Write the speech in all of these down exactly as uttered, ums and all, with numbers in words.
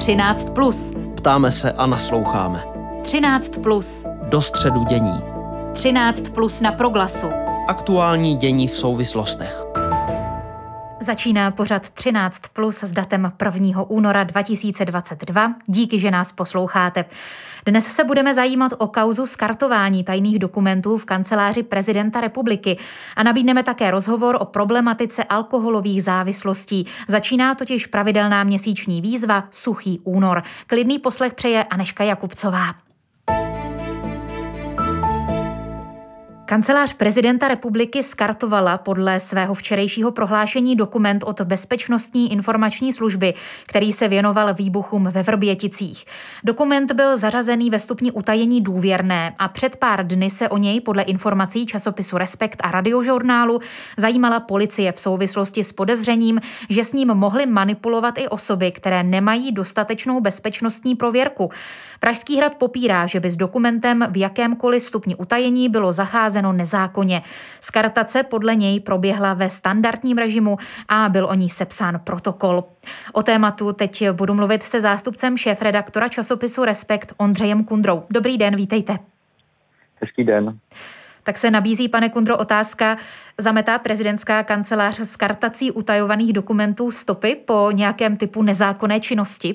třináct plus. Ptáme se a nasloucháme. třináct plus. Do středu dění. třináct plus na Proglasu. Aktuální dění v souvislostech. Začíná pořad třináct plus s datem prvního února dva tisíce dvacet dva. Díky, že nás posloucháte. Dnes se budeme zajímat o kauzu skartování tajných dokumentů v kanceláři prezidenta republiky a nabídneme také rozhovor o problematice alkoholových závislostí. Začíná totiž pravidelná měsíční výzva Suchý únor. Klidný poslech přeje Anežka Jakubcová. Kancelář prezidenta republiky skartovala podle svého včerejšího prohlášení dokument od Bezpečnostní informační služby, který se věnoval výbuchům ve Vrběticích. Dokument byl zařazený ve stupni utajení důvěrné a před pár dny se o něj podle informací časopisu Respekt a Radiožurnálu zajímala policie v souvislosti s podezřením, že s ním mohly manipulovat i osoby, které nemají dostatečnou bezpečnostní prověrku. Pražský hrad popírá, že by s dokumentem v jakémkoliv stupni utajení bylo zacházeno nezákonně. Skartace podle něj proběhla ve standardním režimu a byl o ní sepsán protokol. O tématu teď budu mluvit se zástupcem šéfredaktora časopisu Respekt Ondřejem Kundrou. Dobrý den, vítejte. Hezký den. Tak se nabízí, pane Kundro, otázka. Zametá prezidentská kancelář skartací utajovaných dokumentů stopy po nějakém typu nezákonné činnosti?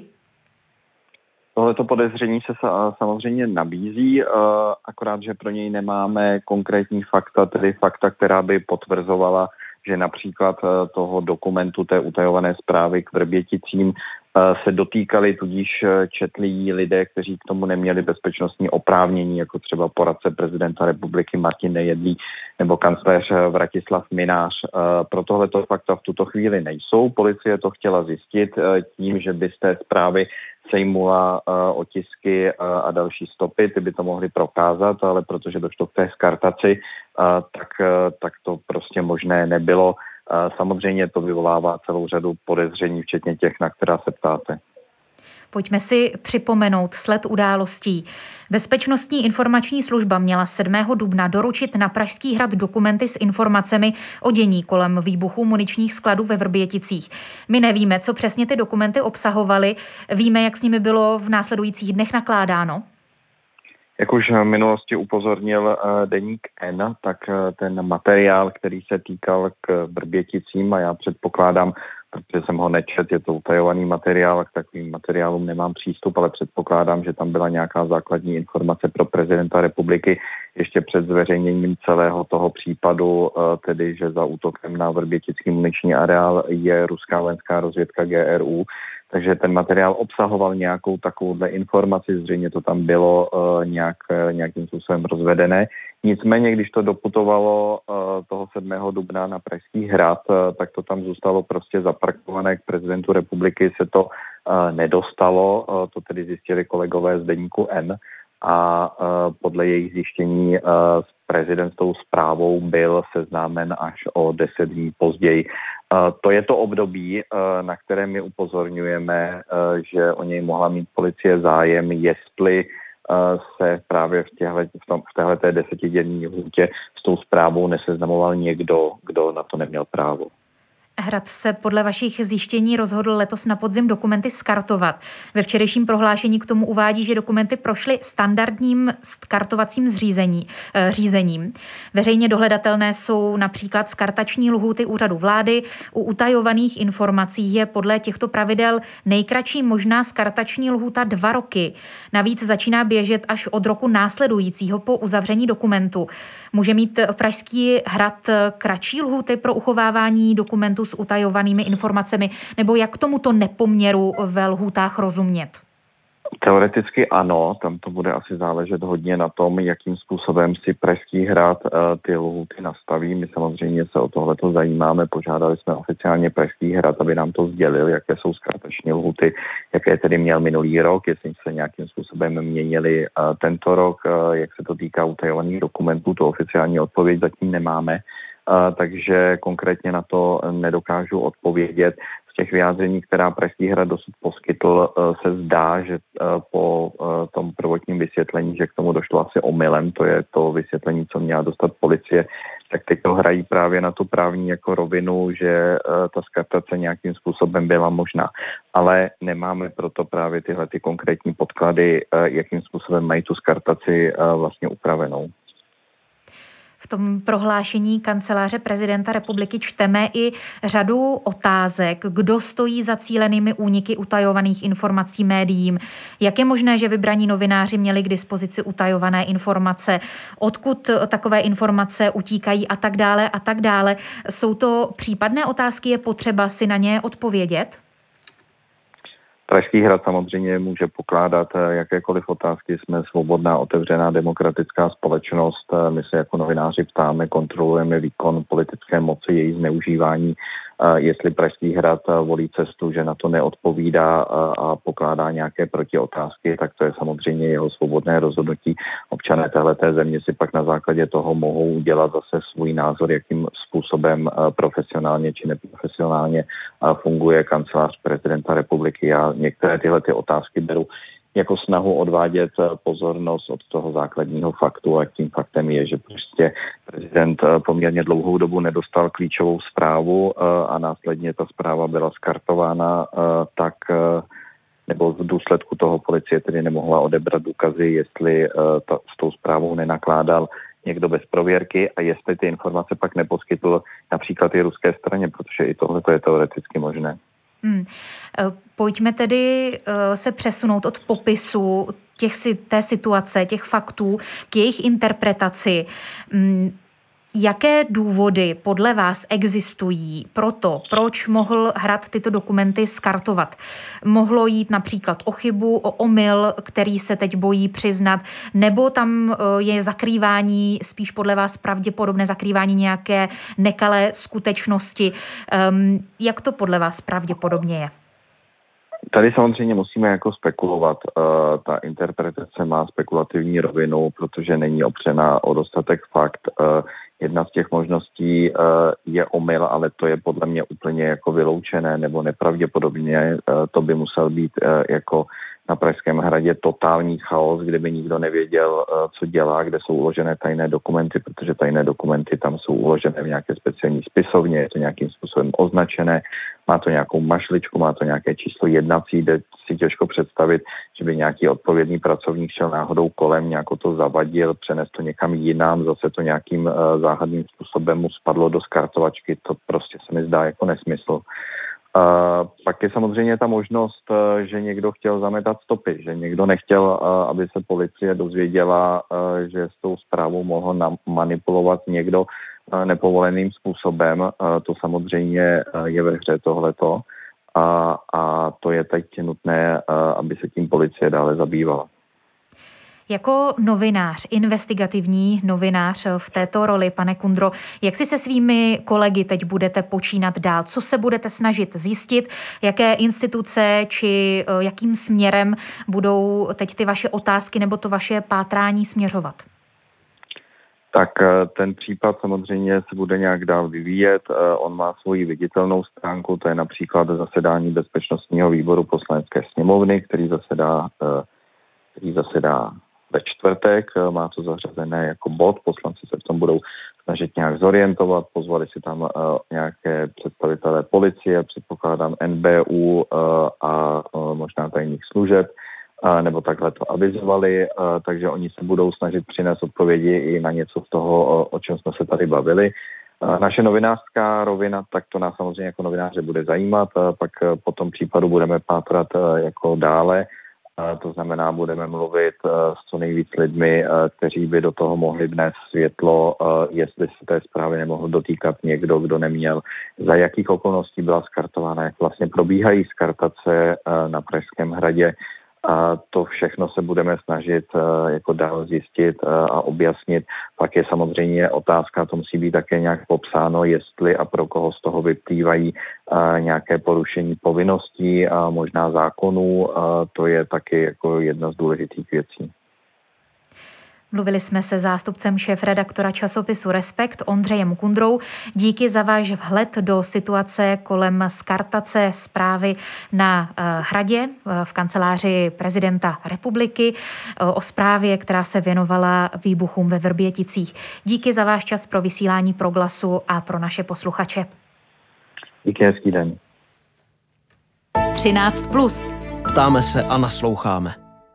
Tohleto podezření se samozřejmě nabízí, akorát, že pro něj nemáme konkrétní fakta, tedy fakta, která by potvrzovala, že například toho dokumentu té utajované zprávy k Vrběticím se dotýkali, tudíž četli lidé, kteří k tomu neměli bezpečnostní oprávnění, jako třeba poradce prezidenta republiky Martin Nejedlý nebo kancléř Vratislav Mynář. Pro tohleto fakta v tuto chvíli nejsou. Policie to chtěla zjistit tím, že by z té zprávy sejmula uh, otisky uh, a další stopy, ty by to mohly prokázat, ale protože došlo k té skartaci, uh, tak, uh, tak to prostě možné nebylo. Uh, samozřejmě to vyvolává celou řadu podezření, včetně těch, na která se ptáte. Pojďme si připomenout sled událostí. Bezpečnostní informační služba měla sedmého dubna doručit na Pražský hrad dokumenty s informacemi o dění kolem výbuchu muničních skladů ve Vrběticích. My nevíme, co přesně ty dokumenty obsahovaly. Víme, jak s nimi bylo v následujících dnech nakládáno? Jak už v minulosti upozornil deník N, tak ten materiál, který se týkal k Vrběticím, a já předpokládám, protože jsem ho nečet, je to utajovaný materiál, k takovým materiálům nemám přístup, ale předpokládám, že tam byla nějaká základní informace pro prezidenta republiky ještě před zveřejněním celého toho případu, tedy že za útokem na Vrbětický muniční areál je ruská vojenská rozvědka G R U. Takže ten materiál obsahoval nějakou takovouhle informaci, zřejmě to tam bylo uh, nějak, nějakým způsobem rozvedené. Nicméně, když to doputovalo uh, toho sedmého dubna na Pražský hrad, uh, tak to tam zůstalo prostě zaparkované. K prezidentu republiky se to uh, nedostalo, uh, to tedy zjistili kolegové z deníku N a uh, podle jejich zjištění uh, prezident s tou zprávou byl seznámen až o deset dní později. Uh, to je to období, uh, na které my upozorňujeme, uh, že o něj mohla mít policie zájem, jestli uh, se právě v, těhle, v, tom, v téhleté desetidenní lhůtě s tou zprávou neseznamoval někdo, kdo na to neměl právo. Hrad se podle vašich zjištění rozhodl letos na podzim dokumenty skartovat. Ve včerejším prohlášení k tomu uvádí, že dokumenty prošly standardním skartovacím zřízení, eh, řízením. Veřejně dohledatelné jsou například skartační lhůty úřadu vlády. U utajovaných informací je podle těchto pravidel nejkratší možná skartační lhůta dva roky. Navíc začíná běžet až od roku následujícího po uzavření dokumentu. Může mít Pražský hrad kratší lhůty pro uchovávání dokumentů s utajovanými informacemi, nebo jak tomuto nepoměru ve lhůtách rozumět? Teoreticky ano, tam to bude asi záležet hodně na tom, jakým způsobem si Pražský hrad uh, ty lhůty nastaví. My samozřejmě se o tohleto zajímáme, požádali jsme oficiálně Pražský hrad, aby nám to sdělil, jaké jsou skartační lhůty, jaké tedy měl minulý rok, jestli se nějakým způsobem měnili uh, tento rok, uh, jak se to týká utajovaných dokumentů, to oficiální odpověď zatím nemáme. Uh, takže konkrétně na to nedokážu odpovědět. Z těch vyjádření, která Pražský hrad dosud poskytl, uh, se zdá, že uh, po uh, tom prvotním vysvětlení, že k tomu došlo asi omylem, to je to vysvětlení, co měla dostat policie, tak teď to hrají právě na tu právní jako rovinu, že ta skartace nějakým způsobem byla možná. Ale nemáme proto právě tyhle ty konkrétní podklady, jakým způsobem mají tu skartaci vlastně upravenou. V tom prohlášení kanceláře prezidenta republiky čteme i řadu otázek, kdo stojí za cílenými úniky utajovaných informací médiím, jak je možné, že vybraní novináři měli k dispozici utajované informace, odkud takové informace utíkají a tak dále a tak dále. Jsou to případné otázky, je potřeba si na ně odpovědět? Pražský hrad samozřejmě může pokládat jakékoliv otázky. Jsme svobodná, otevřená, demokratická společnost. My se jako novináři ptáme, kontrolujeme výkon politické moci, její zneužívání. Jestli Pražský hrad volí cestu, že na to neodpovídá a pokládá nějaké protiotázky, tak to je samozřejmě jeho svobodné rozhodnutí. Občané téhleté země si pak na základě toho mohou udělat zase svůj názor, jakým způsobem profesionálně či neprofesionálně funguje kancelář prezidenta republiky. Já některé tyhle ty otázky beru jako snahu odvádět pozornost od toho základního faktu, a tím faktem je, že prostě prezident poměrně dlouhou dobu nedostal klíčovou zprávu a následně ta zpráva byla skartována, tak nebo v důsledku toho policie tedy nemohla odebrat důkazy, jestli ta, s tou zprávou nenakládal někdo bez prověrky a jestli ty informace pak neposkytl například i ruské straně, protože i tohle je teoreticky možné. Hmm. Pojďme tedy se přesunout od popisu těch, té situace, těch faktů k jejich interpretaci. Jaké důvody podle vás existují pro to, proč mohl Hrad tyto dokumenty skartovat? Mohlo jít například o chybu, o omyl, který se teď bojí přiznat, nebo tam je zakrývání, spíš podle vás pravděpodobné zakrývání nějaké nekalé skutečnosti? Jak to podle vás pravděpodobně je? Tady samozřejmě musíme jako spekulovat. Ta interpretace má spekulativní rovinu, protože není opřená o dostatek fakt. Jedna z těch možností je omyl, ale to je podle mě úplně jako vyloučené nebo nepravděpodobně. To by musel být jako na Pražském hradě totální chaos, kde by nikdo nevěděl, co dělá, kde jsou uložené tajné dokumenty, protože tajné dokumenty tam jsou uložené v nějaké speciální spisovně, je to nějakým způsobem označené, má to nějakou mašličku, má to nějaké číslo jednací, jde si těžko představit, že by nějaký odpovědný pracovník šel náhodou kolem, nějako to zavadil, přenes to někam jinam, zase to nějakým uh, záhadným způsobem mu spadlo do skartovačky, to prostě se mi zdá jako nesmysl. Uh, pak je samozřejmě ta možnost, uh, že někdo chtěl zametat stopy, že někdo nechtěl, uh, aby se policie dozvěděla, uh, že s tou zprávou mohl nam- manipulovat někdo uh, nepovoleným způsobem. Uh, to samozřejmě uh, je ve hře tohleto a, a to je teď nutné, uh, aby se tím policie dále zabývala. Jako novinář, investigativní novinář v této roli, pane Kundro, jak si se svými kolegy teď budete počínat dál? Co se budete snažit zjistit? Jaké instituce či jakým směrem budou teď ty vaše otázky nebo to vaše pátrání směřovat? Tak ten případ samozřejmě se bude nějak dál vyvíjet. On má svoji viditelnou stránku, to je například zasedání Bezpečnostního výboru Poslanecké sněmovny, který zasedá, který zasedá ve čtvrtek, má to zařazené jako bod, poslanci se v tom budou snažit nějak zorientovat, pozvali si tam uh, nějaké představitelé policie, předpokládám N B U uh, a uh, možná tajných služeb, uh, nebo takhle to avizovali, uh, takže oni se budou snažit přinést odpovědi i na něco z toho, uh, o čem jsme se tady bavili. Uh, naše novinářská rovina, tak to nás samozřejmě jako novináře bude zajímat, uh, pak uh, po tom případu budeme pátrat uh, jako dále. To znamená, budeme mluvit s co nejvíc lidmi, kteří by do toho mohli vnést světlo, jestli se té zprávy nemohl dotýkat někdo, kdo neměl, za jakých okolností byla skartována, jak vlastně probíhají skartace na Pražském hradě. A to všechno se budeme snažit jako dál zjistit a objasnit. Pak je samozřejmě otázka, to musí být také nějak popsáno, jestli a pro koho z toho vyplývají nějaké porušení povinností a možná zákonů. To je taky jako jedna z důležitých věcí. Mluvili jsme se zástupcem šéfredaktora časopisu Respekt Ondřejem Kundrou. Díky za váš vhled do situace kolem skartace zprávy na Hradě v kanceláři prezidenta republiky o zprávě, která se věnovala výbuchům ve Vrběticích. Díky za váš čas pro vysílání Proglasu a pro naše posluchače. Díky, hezký den. třináct plus. Ptáme se a nasloucháme.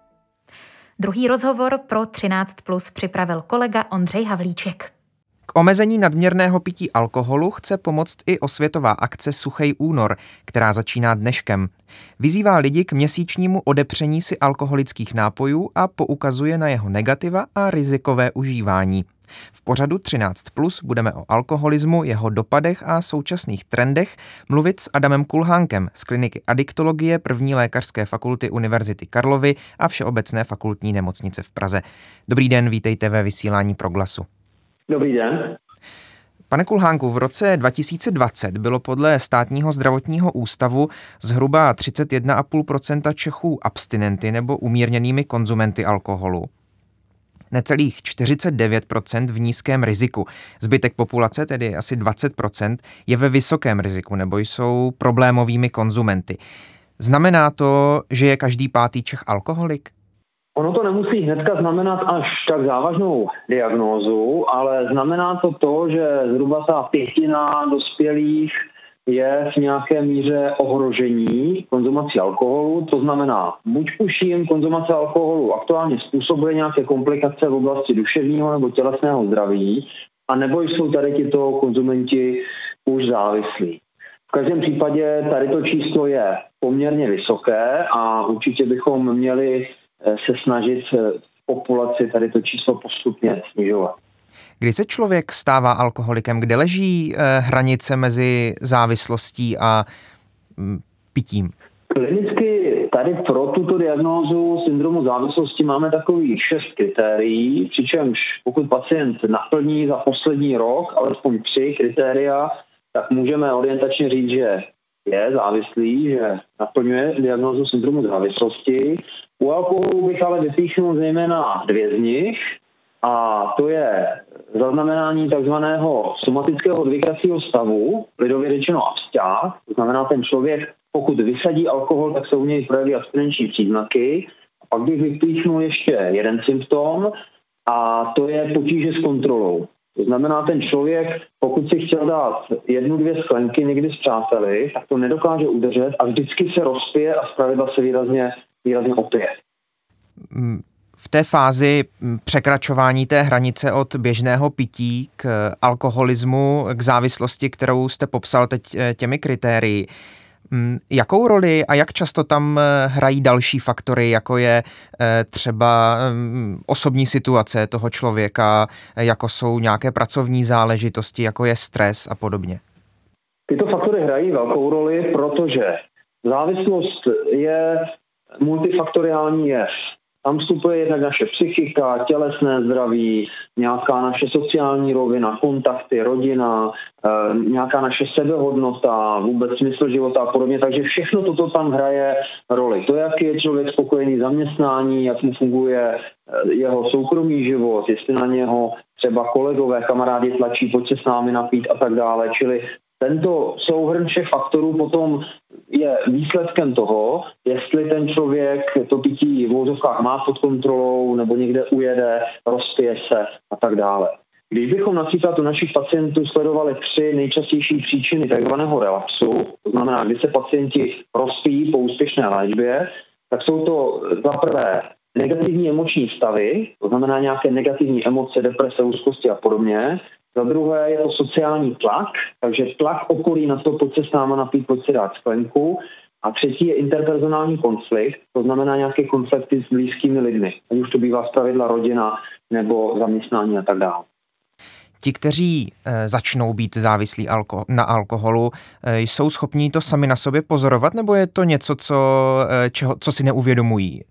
Druhý rozhovor pro třináct plus připravil kolega Ondřej Havlíček. K omezení nadměrného pití alkoholu chce pomoct i osvětová akce Suchej únor, která začíná dneškem. Vyzývá lidi k měsíčnímu odepření si alkoholických nápojů a poukazuje na jeho negativa a rizikové užívání. V pořadu třináct plus budeme o alkoholismu, jeho dopadech a současných trendech mluvit s Adamem Kulhánkem z kliniky adiktologie první lékařské fakulty Univerzity Karlovy a Všeobecné fakultní nemocnice v Praze. Dobrý den, vítejte ve vysílání Proglasu. Dobrý den. Pane Kulhánku, v roce dva tisíce dvacet bylo podle Státního zdravotního ústavu zhruba třicet jedna celá pět procenta Čechů abstinenty nebo umírněnými konzumenty alkoholu. Necelých čtyřicet devět procent v nízkém riziku. Zbytek populace, tedy asi dvacet procent, je ve vysokém riziku nebo jsou problémovými konzumenty. Znamená to, že je každý pátý Čech alkoholik? Ono to nemusí hnedka znamenat až tak závažnou diagnózu, ale znamená to to, že zhruba ta pětina dospělých je v nějaké míře ohrožení konzumací alkoholu, to znamená, buď už jim konzumace alkoholu aktuálně způsobuje nějaké komplikace v oblasti duševního nebo tělesného zdraví, a nebo jsou tady tito konzumenti už závislí. V každém případě tady to číslo je poměrně vysoké a určitě bychom měli se snažit v populaci tady to číslo postupně snižovat. Kdy se člověk stává alkoholikem? Kde leží eh, hranice mezi závislostí a mm, pitím? Klinicky tady pro tuto diagnózu syndromu závislosti máme takových šest kritérií, přičemž pokud pacient naplní za poslední rok alespoň tři kritéria, tak můžeme orientačně říct, že je závislý, že naplňuje diagnózu syndromu závislosti. U alkoholu bych ale vypíchnul zejména dvě z nich, a to je zaznamenání takzvaného somatického odvykacího stavu, lidově řečeno absťák, to znamená ten člověk, pokud vysadí alkohol, tak se u něj projeví abstinenční příznaky. A pak bych vypíchnul ještě jeden symptom, a to je potíže s kontrolou. To znamená, ten člověk, pokud si chtěl dát jednu, dvě sklenky někdy s přáteli, tak to nedokáže udržet a vždycky se rozpije a zpravidla se výrazně, výrazně opije. V té fázi překračování té hranice od běžného pití k alkoholismu, k závislosti, kterou jste popsal teď těmi kritérii, jakou roli a jak často tam hrají další faktory, jako je třeba osobní situace toho člověka, jako jsou nějaké pracovní záležitosti, jako je stres a podobně? Tyto faktory hrají velkou roli, protože závislost je multifaktoriální jev. Tam vstupuje jednak naše psychika, tělesné zdraví, nějaká naše sociální rovina, kontakty, rodina, e, nějaká naše sebehodnota, vůbec smysl života a podobně. Takže všechno toto tam hraje roli. To, jak je člověk spokojený v zaměstnání, jak mu funguje jeho soukromý život, jestli na něho třeba kolegové, kamarádi tlačí, pojď se s námi napít a tak dále. Čili tento souhrn všech faktorů potom je výsledkem toho, jestli ten člověk to pití v vozovkách má pod kontrolou nebo někde ujede, rozpije se a tak dále. Když bychom například u našich pacientů sledovali tři nejčastější příčiny takzvaného relapsu, to znamená, kdy se pacienti rozpijí po úspěšné léčbě, tak jsou to za prvé negativní emoční stavy, to znamená nějaké negativní emoce, deprese, úzkosti a podobně. Za druhé je to sociální tlak, takže tlak okolí na to, pojď se s náma napít, pojď si dát sklenku. A třetí je interpersonální konflikt, to znamená nějaké konflikty s blízkými lidmi, ať už to bývá zpravidla rodina nebo zaměstnání a tak dále. Ti, kteří e, začnou být závislí alko- na alkoholu, e, jsou schopní to sami na sobě pozorovat, nebo je to něco, co, e, čeho, co si neuvědomují?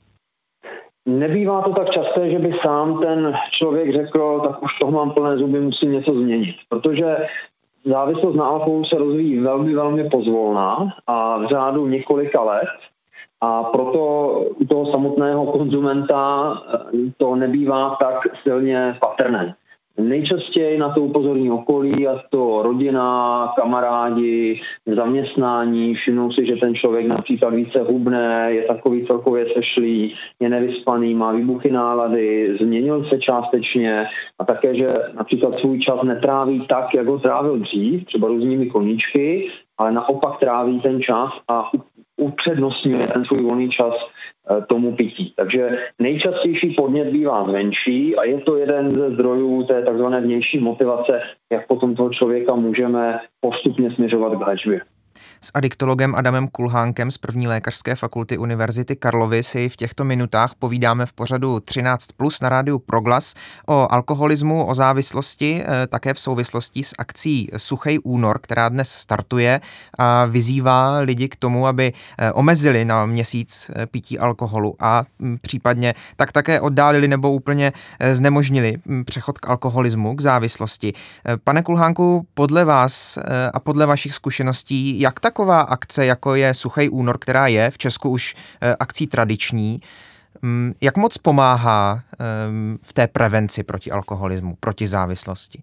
Nebývá to tak časté, že by sám ten člověk řekl, tak už toho mám plné zuby, musím něco změnit. Protože závislost na alkoholu se rozvíjí velmi, velmi pozvolna a v řádu několika let. a proto u toho samotného konzumenta to nebývá tak silně patrné. Nejčastěji na to upozorní okolí, a to rodina, kamarádi, zaměstnání, všimnou si, že ten člověk například více hubne, je takový celkově sešlý, je nevyspaný, má výbuchy nálady, změnil se částečně a také, že například svůj čas netráví tak, jak ho trávil dřív, třeba různými koníčky, ale naopak tráví ten čas a upřednostňuje ten svůj volný čas tomu pití. Takže nejčastější podnět bývá zvenčí a je to jeden ze zdrojů té takzvané vnější motivace, jak potom toho člověka můžeme postupně směřovat k léčbě. S adiktologem Adamem Kulhánkem z první lékařské fakulty Univerzity Karlovy si v těchto minutách povídáme v pořadu třináct plus na rádiu Proglas o alkoholismu, o závislosti, také v souvislosti s akcí Suchej únor, která dnes startuje a vyzývá lidi k tomu, aby omezili na měsíc pití alkoholu a případně tak také oddálili nebo úplně znemožnili přechod k alkoholismu, k závislosti. Pane Kulhánku, podle vás a podle vašich zkušeností, jak taková akce, jako je Suchej únor, která je v Česku už akcí tradiční, jak moc pomáhá v té prevenci proti alkoholismu, proti závislosti?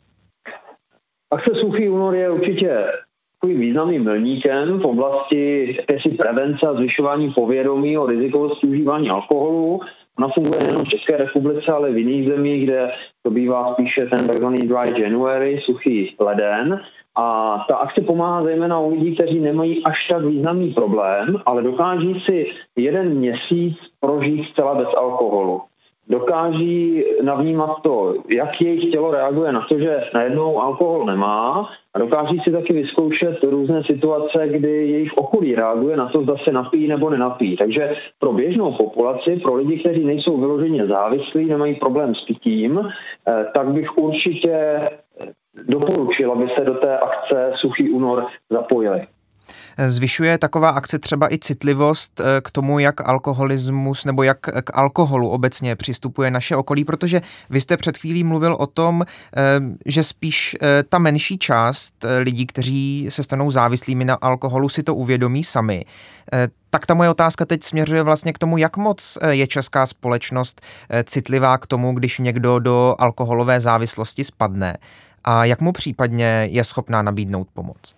Akce Suchý únor je určitě takovým významným milníkem v oblasti jakési prevence a zvyšování povědomí o rizikovosti užívání alkoholu. Ona funguje nejen v České republice, ale v jiných zemích, kde to bývá spíše ten takzvaný dry January, suchý leden. A ta akce pomáhá zejména u lidí, kteří nemají až tak významný problém, ale dokáží si jeden měsíc prožít zcela bez alkoholu. Dokáží navnímat to, jak jejich tělo reaguje na to, že najednou alkohol nemá, a dokáží si taky vyzkoušet různé situace, kdy jejich okolí reaguje na to, zda se napíjí nebo nenapíjí. Takže pro běžnou populaci, pro lidi, kteří nejsou vyloženě závislí, nemají problém s pitím, tak bych určitě doporučil, aby se do té akce Suchý únor zapojili. Zvyšuje taková akce třeba i citlivost k tomu, jak alkoholismus nebo jak k alkoholu obecně přistupuje naše okolí, protože vy jste před chvílí mluvil o tom, že spíš ta menší část lidí, kteří se stanou závislými na alkoholu, si to uvědomí sami. Tak ta moje otázka teď směřuje vlastně k tomu, jak moc je česká společnost citlivá k tomu, když někdo do alkoholové závislosti spadne a jak mu případně je schopná nabídnout pomoc.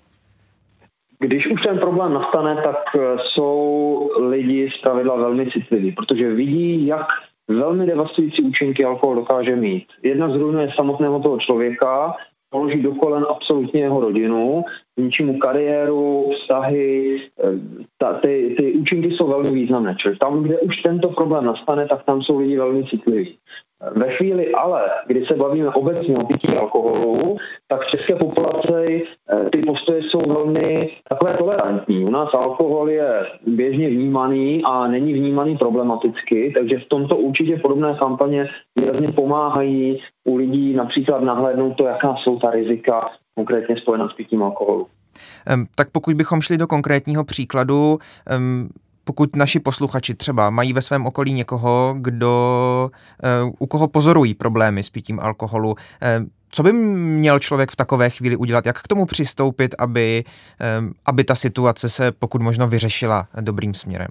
Když už ten problém nastane, tak jsou lidi zpravidla velmi citliví, protože vidí, jak velmi devastující účinky alkohol dokáže mít. Jednak zruinuje samotného toho člověka, položí do kolen absolutně jeho rodinu, zničí mu kariéru, vztahy, ta, ty, ty účinky jsou velmi významné. Čili tam, kde už tento problém nastane, tak tam jsou lidi velmi citliví. Ve chvíli ale, kdy se bavíme obecně o pití alkoholu, tak v české populaci ty postoje jsou velmi takové tolerantní. U nás alkohol je běžně vnímaný a není vnímaný problematicky, takže v tomto určitě podobné kampaně výrazně pomáhají u lidí například nahlédnout to, jaká jsou ta rizika konkrétně spojená s pitím alkoholu. Tak pokud bychom šli do konkrétního příkladu, pokud naši posluchači třeba mají ve svém okolí někoho, kdo, u koho pozorují problémy s pitím alkoholu, co by měl člověk v takové chvíli udělat? Jak k tomu přistoupit, aby, aby ta situace se pokud možno vyřešila dobrým směrem?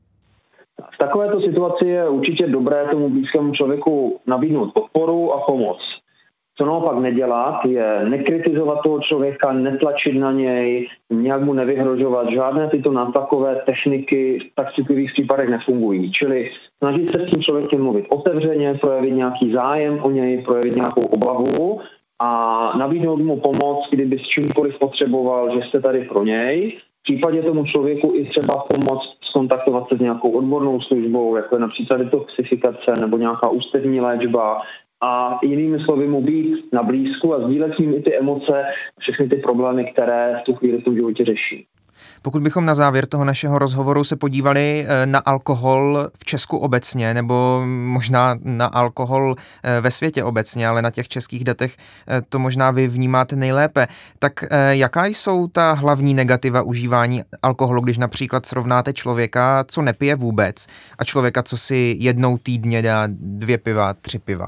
V takovéto situaci je určitě dobré tomu blízkému člověku nabídnout podporu a pomoc. Co naopak nedělat, je nekritizovat toho člověka, netlačit na něj, nějak mu nevyhrožovat. Žádné tyto nátlakové techniky v tak citlivých případech nefungují. Čili snažit se s tím člověkem mluvit otevřeně, projevit nějaký zájem o něj, projevit nějakou obavu a nabídnout mu pomoc, kdyby s čímkoliv potřeboval, že jste tady pro něj. V případě tomu člověku i třeba pomoct skontaktovat se s nějakou odbornou službou, jako je například detoxifikace nebo nějaká ústřední léčba, a jinými slovy mu být na blízku a sdílet s ním i ty emoce, všechny ty problémy, které v tu chvíli v tom životě řeší. Pokud bychom na závěr toho našeho rozhovoru se podívali na alkohol v Česku obecně, nebo možná na alkohol ve světě obecně, ale na těch českých datech to možná vy vnímáte nejlépe, tak jaká jsou ta hlavní negativa užívání alkoholu, když například srovnáte člověka, co nepije vůbec, a člověka, co si jednou týdně dá dvě piva, tři piva?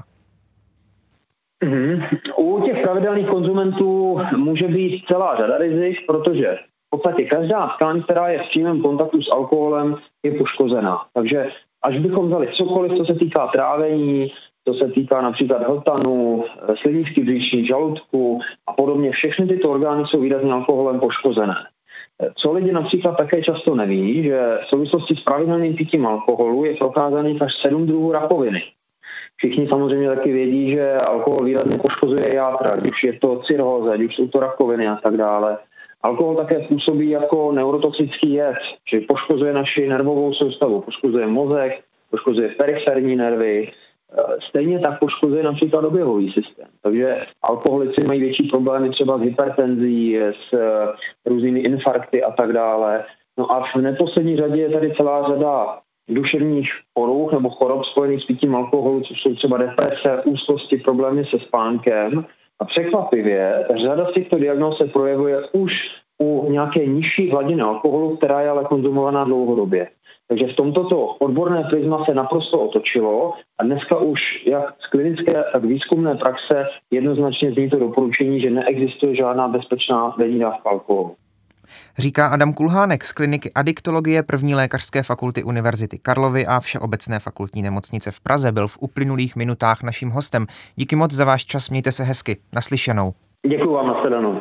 Mm-hmm. U těch pravidelných konzumentů může být celá řada rizik, protože podstatě každá tkáň, která je v přímém kontaktu s alkoholem, je poškozená. Takže až bychom vzali cokoliv, co se týká trávení, co se týká například hltanu, slizničky břiší, žaludku a podobně, všechny tyto orgány jsou výrazně alkoholem poškozené. Co lidi například také často neví, že v souvislosti s pravidelným pitím alkoholu je prokázaný až sedm druhů rakoviny. Všichni samozřejmě taky vědí, že alkohol výrazně poškozuje játra, když je to cirhóza, když jsou to rakoviny a tak dále. Alkohol také působí jako neurotoxický jed, že poškozuje naši nervovou soustavu, poškozuje mozek, poškozuje periferní nervy, stejně tak poškozuje například oběhový systém. Takže alkoholici mají větší problémy třeba s hypertenzí, s různými infarkty a tak dále. No a v neposlední řadě je tady celá řada duševních poruch nebo chorob spojených s pitím alkoholu, což jsou třeba deprese, úzkosti, problémy se spánkem. A překvapivě, řada z těchto diagnóz se projevuje už u nějaké nižší hladiny alkoholu, která je ale konzumovaná dlouhodobě. Takže v tomto odborné prisma se naprosto otočilo a dneska už jak z klinické, tak výzkumné praxe jednoznačně zní to doporučení, že neexistuje žádná bezpečná denní dávka alkoholu. Říká Adam Kulhánek z kliniky adiktologie první lékařské fakulty Univerzity Karlovy a Všeobecné fakultní nemocnice v Praze. Byl v uplynulých minutách naším hostem. Díky moc za váš čas, mějte se hezky. Naslyšenou. Děkuji vám, nashledanou.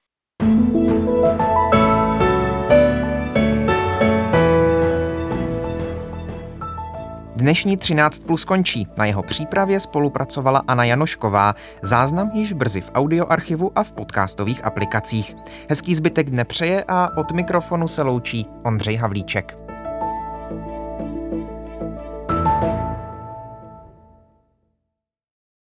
Dnešní třináct plus končí. Na jeho přípravě spolupracovala Anna Janošková. Záznam již brzy v audioarchivu a v podcastových aplikacích. Hezký zbytek dne přeje a od mikrofonu se loučí Ondřej Havlíček.